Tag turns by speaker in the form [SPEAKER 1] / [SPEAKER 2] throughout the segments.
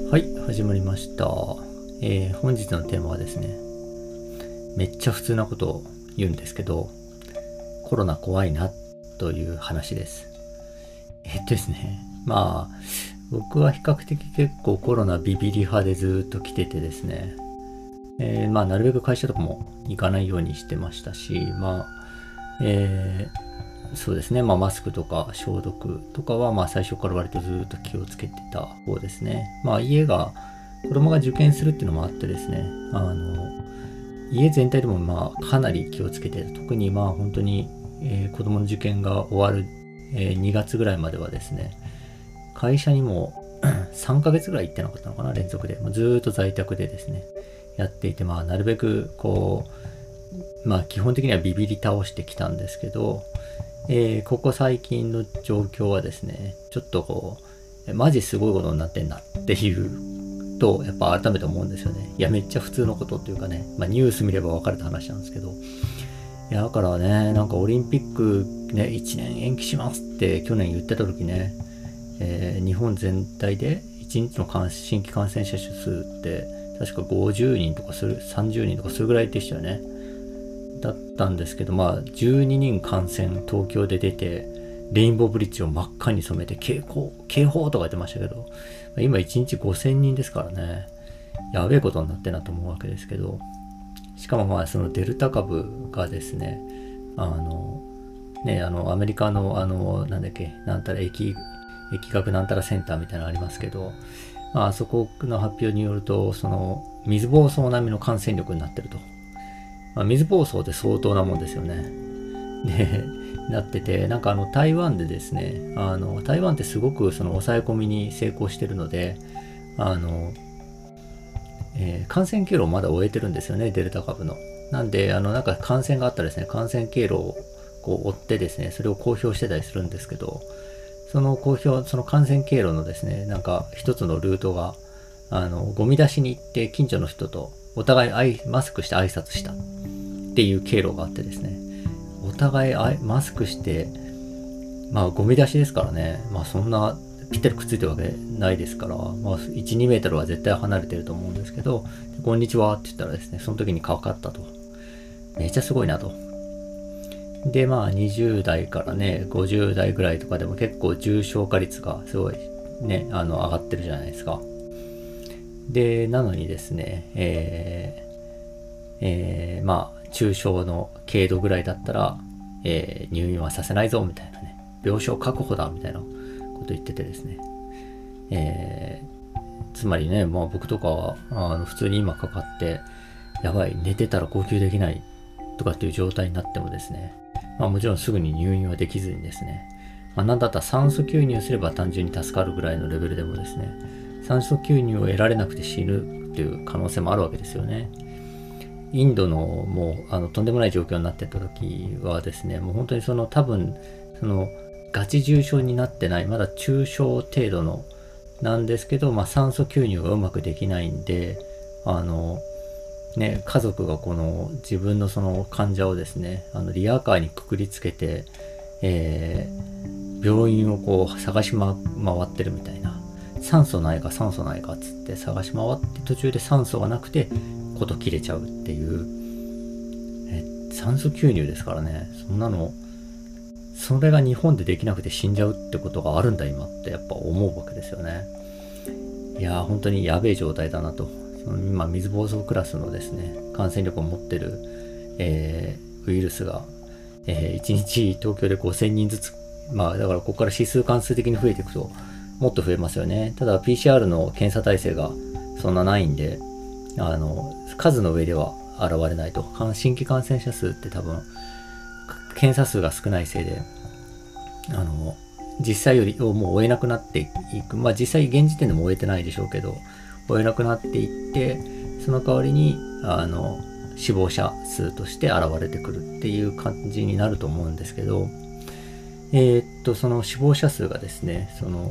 [SPEAKER 1] はい、始まりました。本日のテーマはですね、めっちゃ普通なことを言うんですけど、コロナ怖いなという話です。ですね、僕は比較的結構コロナビビリ派でずっと来ててですね、なるべく会社とかも行かないようにしてましたし、そうですね、マスクとか消毒とかは最初から割とずっと気をつけてた方ですね。子供が受験するっていうのもあってですね、家全体でもかなり気をつけて、特に本当に、子供の受験が終わる、2月ぐらいまではですね、会社にも3ヶ月ぐらい行ってなかったのかな、連続で。ずーっと在宅でですね、やっていて、なるべく基本的にはビビり倒してきたんですけど、ここ最近の状況はですね、ちょっとマジすごいことになってんなっていうと、やっぱ改めて思うんですよね。いや、めっちゃ普通のことっていうかね、ニュース見れば分かるって話なんですけど、いや、だからね、なんかオリンピックね、1年延期しますって去年言ってた時ね、日本全体で1日の新規感染者数って確か50人とか30人とかするぐらいでしたよね。だったんですけど、12人感染東京で出て、レインボーブリッジを真っ赤に染めて警報とか言ってましたけど、今1日5000人ですからね、やべえことになってんなと思うわけですけど、しかもそのデルタ株がですね、アメリカのなんだっけ、なんたら疫学なんたらセンターみたいなのありますけど、あそこの発表によると、その水疱瘡並みの感染力になってると。水疱瘡って相当なもんですよね。で、なってて、なんか台湾でですね、台湾ってすごくその抑え込みに成功してるので、感染経路をまだ終えてるんですよね、デルタ株の。なんで、なんか感染があったらですね、感染経路を追ってですね、それを公表してたりするんですけど、その感染経路のですね、なんか一つのルートが、ゴミ出しに行って近所の人とお互いマスクして挨拶したっていう経路があってですね、お互いマスクして、ゴミ出しですからね、そんなぴったりくっついてるわけないですから、1、2メートルは絶対離れてると思うんですけど、こんにちはって言ったらですね、その時にかかったと。めっちゃすごいなと。で、20代からね、50代ぐらいとかでも結構重症化率がすごいね、上がってるじゃないですか。で、なのにですね、中症の軽度ぐらいだったら、入院はさせないぞみたいなね、病床確保だみたいなこと言っててですね、つまりね、僕とかは普通に今かかってやばい、寝てたら呼吸できないとかっていう状態になってもですね、もちろんすぐに入院はできずにですね、なんだったら酸素吸入すれば単純に助かるぐらいのレベルでもですね、酸素吸入を得られなくて死ぬっていう可能性もあるわけですよね。インドのもうとんでもない状況になってた時はですね、もう本当に多分ガチ重症になってない、まだ中症程度のなんですけど、酸素吸入がうまくできないんで、家族が自分のその患者をですね、リアカーにくくりつけて、病院を探し回ってるみたいな。酸素ないかっつって探し回って途中で酸素がなくてこと切れちゃうっていう、酸素吸入ですからね。それが日本でできなくて死んじゃうってことがあるんだ今ってやっぱ思うわけですよね。いやー本当にやべえ状態だなと。今水疱瘡クラスのですね感染力を持ってる、ウイルスが、1日東京で5000人ずつ、だからここから指数関数的に増えていくともっと増えますよね。ただ PCR の検査体制がそんなないんで、数の上では現れないと。新規感染者数って多分検査数が少ないせいで、実際よりもう追えなくなっていく。実際現時点でも追えてないでしょうけど、追えなくなっていって、その代わりに死亡者数として現れてくるっていう感じになると思うんですけど、その死亡者数がですね、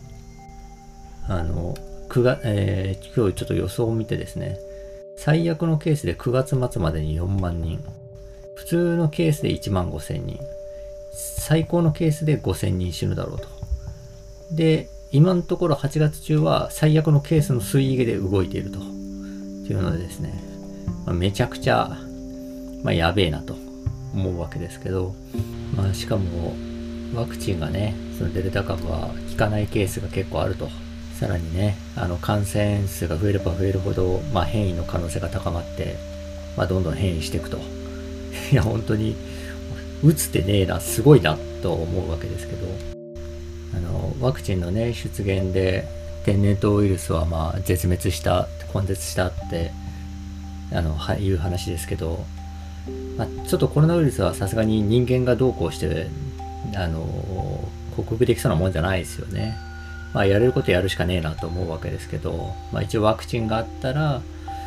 [SPEAKER 1] 今日ちょっと予想を見てですね、最悪のケースで9月末までに4万人、普通のケースで1万5千人、最高のケースで5千人死ぬだろうと。で、 今のところ8月中は最悪のケースの水位で動いているというのでですね、めちゃくちゃ、やべえなと思うわけですけど、しかもワクチンがね、そのデルタ株は効かないケースが結構あると。さらにね、感染数が増えれば増えるほど、変異の可能性が高まって、どんどん変異していくと。いや、本当に、打つってねえな、すごいな、と思うわけですけど、ワクチンのね、出現で、天然痘ウイルスは絶滅した、根絶したって、いう話ですけど、ちょっとコロナウイルスはさすがに人間がどうこうして、克服できそうなもんじゃないですよね。やれることやるしかねえなと思うわけですけど、一応ワクチンがあったら、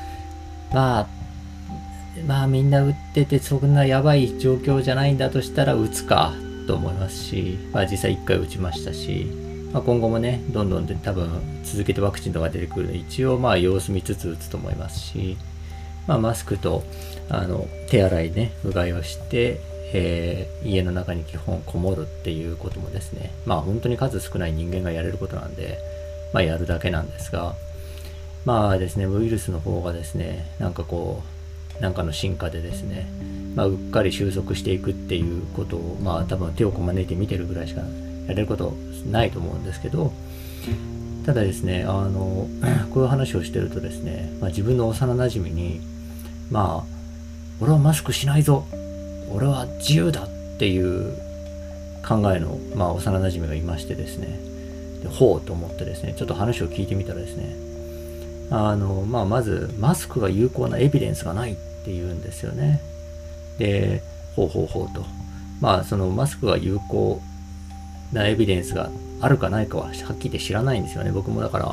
[SPEAKER 1] みんな打っててそんなやばい状況じゃないんだとしたら打つかと思いますし、実際1回打ちましたし、今後もね、どんどんで多分続けてワクチンとか出てくるので、一応様子見つつ打つと思いますし、マスクと手洗いね、うがいをして、家の中に基本こもるっていうこともですね、本当に数少ない人間がやれることなんで、やるだけなんですが、ですね、ウイルスの方がですね、なんかの進化でですね、うっかり収束していくっていうことを、多分手をこまねいて見てるぐらいしかやれることないと思うんですけど、ただですね、こういう話をしてるとですね、自分の幼馴染に、俺はマスクしないぞ、俺は自由だっていう考えの、幼馴染がいましてですね、でほうと思ってですね、ちょっと話を聞いてみたらですね、まずマスクが有効なエビデンスがないっていうんですよね。で、ほうと。そのマスクが有効なエビデンスがあるかないかははっきり言って知らないんですよね。僕もだから、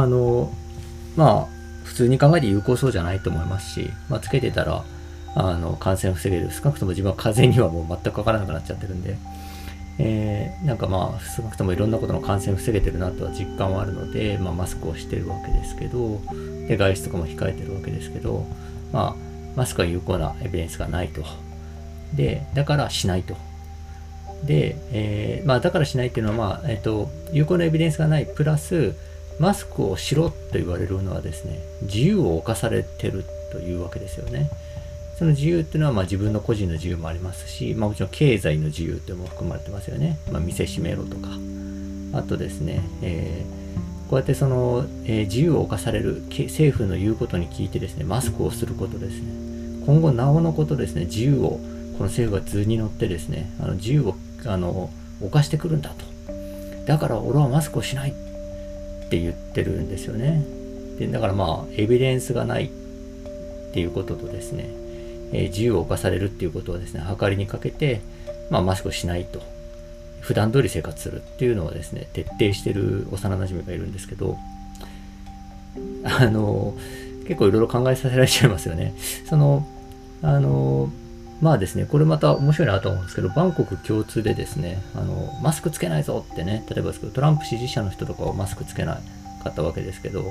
[SPEAKER 1] 普通に考えて有効そうじゃないと思いますし、つけてたら、感染を防げる。少なくとも自分は風邪にはもう全くかからなくなっちゃってるんで、少なくともいろんなことの感染を防げてるなとは実感はあるので、マスクをしてるわけですけど、で、外出とかも控えてるわけですけど、マスクは有効なエビデンスがないと。で、だからしないと。で、だからしないっていうのは、有効なエビデンスがないプラス、マスクをしろと言われるのはですね、自由を侵されてるというわけですよね。その自由っていうのは自分の個人の自由もありますし、もちろん経済の自由っていうのも含まれてますよね。店閉めろとか。あとですね、こうやってその、自由を侵される政府の言うことに聞いてですね、マスクをすることですね。今後なおのことですね、自由を、この政府が図に乗ってですね、自由を犯してくるんだと。だから俺はマスクをしないって言ってるんですよね。で、だからエビデンスがないっていうこととですね、自由を侵されるっていうことをですね、計りにかけて、マスクをしないと。普段通り生活するっていうのをですね、徹底してる幼馴染がいるんですけど、結構いろいろ考えさせられちゃいますよね。ですね、これまた面白いなと思うんですけど、バンコク共通でですね、マスクつけないぞってね、例えばですけど、トランプ支持者の人とかはマスクつけなかったわけですけど、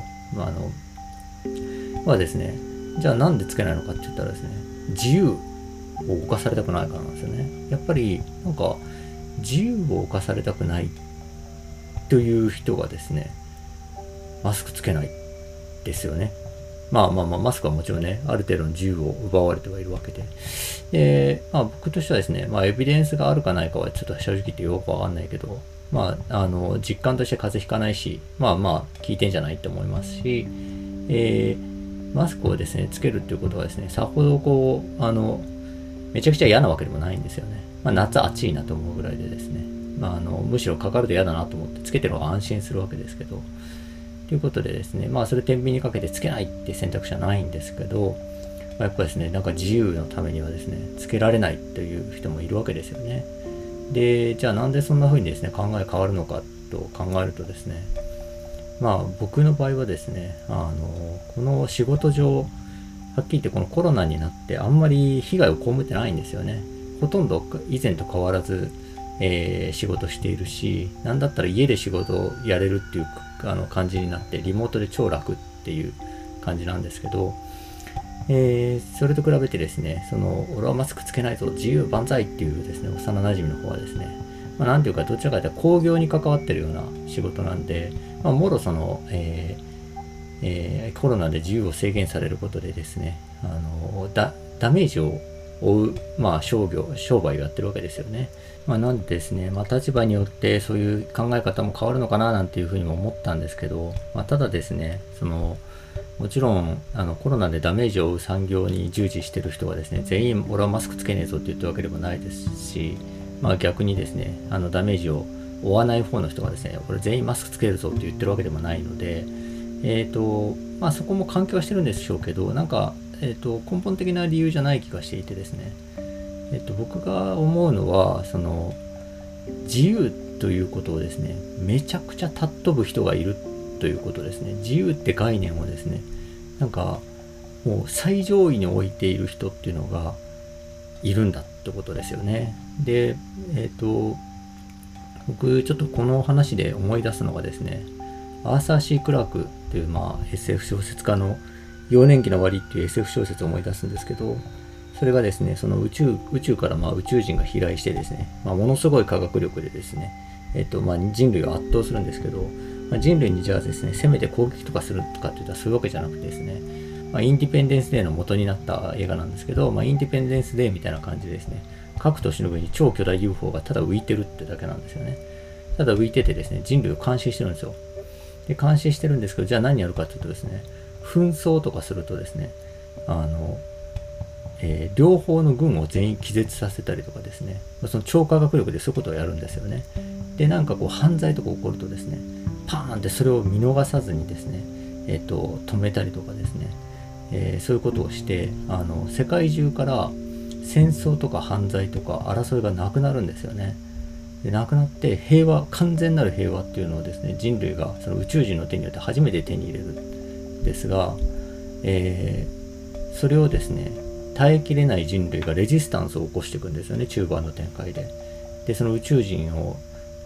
[SPEAKER 1] ですね、じゃあなんでつけないのかって言ったらですね、自由を侵されたくないからなんですよね。やっぱり、自由を侵されたくないという人がですね、マスクつけないですよね。マスクはもちろんね、ある程度の自由を奪われてはいるわけで。で、僕としてはですね、エビデンスがあるかないかはちょっと正直言ってよくわかんないけど、実感として風邪ひかないし、効いてんじゃないって思いますし、マスクをですね、つけるっていうことはですね、さほどめちゃくちゃ嫌なわけでもないんですよね。夏暑いなと思うぐらいでですね、むしろかかると嫌だなと思ってつけてる方が安心するわけですけど、ということでですね、それ天秤にかけてつけないって選択肢はないんですけど、やっぱりですね、自由のためにはですね、つけられないという人もいるわけですよね。で、じゃあなんでそんな風にですね、考え変わるのかと考えるとですね、僕の場合はですね、この仕事上、はっきり言ってこのコロナになってあんまり被害を被ってないんですよね。ほとんど以前と変わらず、仕事しているし、なんだったら家で仕事をやれるっていう感じになって、リモートで超楽っていう感じなんですけど、それと比べてですね、俺はマスクつけないぞ、自由万歳っていうですね、幼馴染の方はですね、 なんていうか、どちらかというと工業に関わってるような仕事なんで、もろその、コロナで自由を制限されることでですね、ダメージを負う、商売をやってるわけですよね。なんでですね、立場によってそういう考え方も変わるのかななんていうふうにも思ったんですけど、ただですね、もちろんコロナでダメージを負う産業に従事してる人がですね、全員俺はマスクつけねえぞって言ってるわけでもないですし、逆にですね、ダメージを負わない方の人がですね、これ全員マスクつけるぞって言ってるわけでもないので、そこも関係はしてるんでしょうけど、根本的な理由じゃない気がしていてですね、僕が思うのは、自由ということをですね、めちゃくちゃ尊ぶ人がいるということですね。自由って概念をですね、もう最上位に置いている人っていうのがいるんだってことですよね。で、僕ちょっとこの話で思い出すのがですね、アーサー・C・クラークっていう、SF 小説家の幼年期の終わりっていう SF 小説を思い出すんですけど、それがですね、その宇宙から宇宙人が飛来してですね、ものすごい科学力でですね、人類を圧倒するんですけど、人類にじゃあですね、攻めて攻撃とかするとかっていったらそういうわけじゃなくてですね、インディペンデンスデーの元になった映画なんですけど、インディペンデンスデーみたいな感じでですね、各都市の上に超巨大 UFO がただ浮いてるってだけなんですよね。ただ浮いててですね、人類を監視してるんですよ。で、監視してるんですけど、じゃあ何やるかっていうとですね、紛争とかするとですね、両方の軍を全員気絶させたりとかですね、その超科学力でそういうことをやるんですよね。で、犯罪とか起こるとですね、パーンってそれを見逃さずにですね、止めたりとかですね、そういうことをして、世界中から戦争とか犯罪とか争いがなくなるんですよね。で、なくなって完全なる平和っていうのをですね、人類がその宇宙人の手によって初めて手に入れるんですが、それをですね、耐えきれない人類がレジスタンスを起こしていくんですよね、中盤の展開で。で、その宇宙人を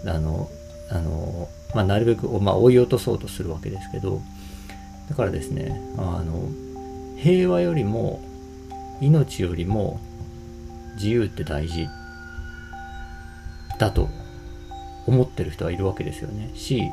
[SPEAKER 1] なるべく、追い落とそうとするわけですけど、だからですね、平和よりも命よりも自由って大事だと思ってる人はいるわけですよね。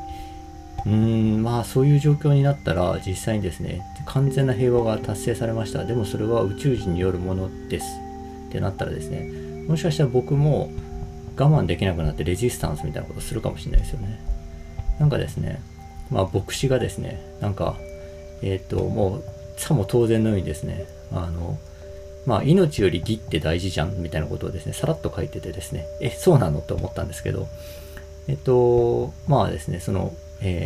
[SPEAKER 1] そういう状況になったら実際にですね、完全な平和が達成されました。でもそれは宇宙人によるものですってなったらですね、もしかしたら僕も我慢できなくなってレジスタンスみたいなことをするかもしれないですよね。ですね、牧師がですね、もうさも当然のようにですね、命より義って大事じゃんみたいなことをですね、さらっと書いててですね、そうなのって思ったんですけど、ですね、その、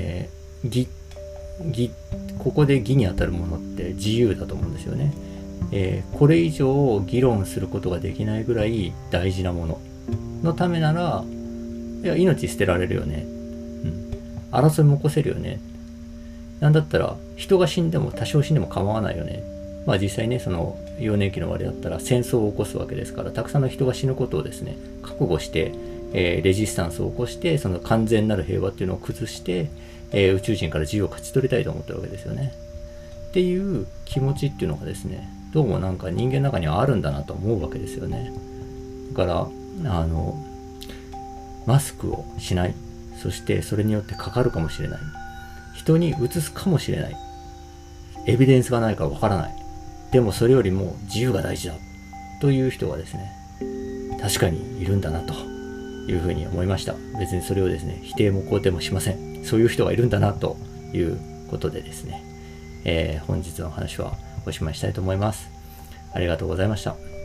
[SPEAKER 1] ここで義に当たるものって自由だと思うんですよね。これ以上議論することができないぐらい大事なもののためなら、いや、命捨てられるよね。争いも起こせるよね。なんだったら、人が死んでも多少死んでも構わないよね。実際ね、その幼年期の終わりだったら戦争を起こすわけですから、たくさんの人が死ぬことをですね、覚悟して、レジスタンスを起こして、その完全なる平和っていうのを崩して、宇宙人から自由を勝ち取りたいと思ってるわけですよね。っていう気持ちっていうのがですね、どうも人間の中にはあるんだなと思うわけですよね。だから、マスクをしない。そしてそれによってかかるかもしれない。人にうつすかもしれない。エビデンスがないからわからない。でもそれよりも自由が大事だ。という人がですね、確かにいるんだなというふうに思いました。別にそれをですね、否定も肯定もしません。そういう人がいるんだなということでですね、本日の話はおしまいしたいと思います。ありがとうございました。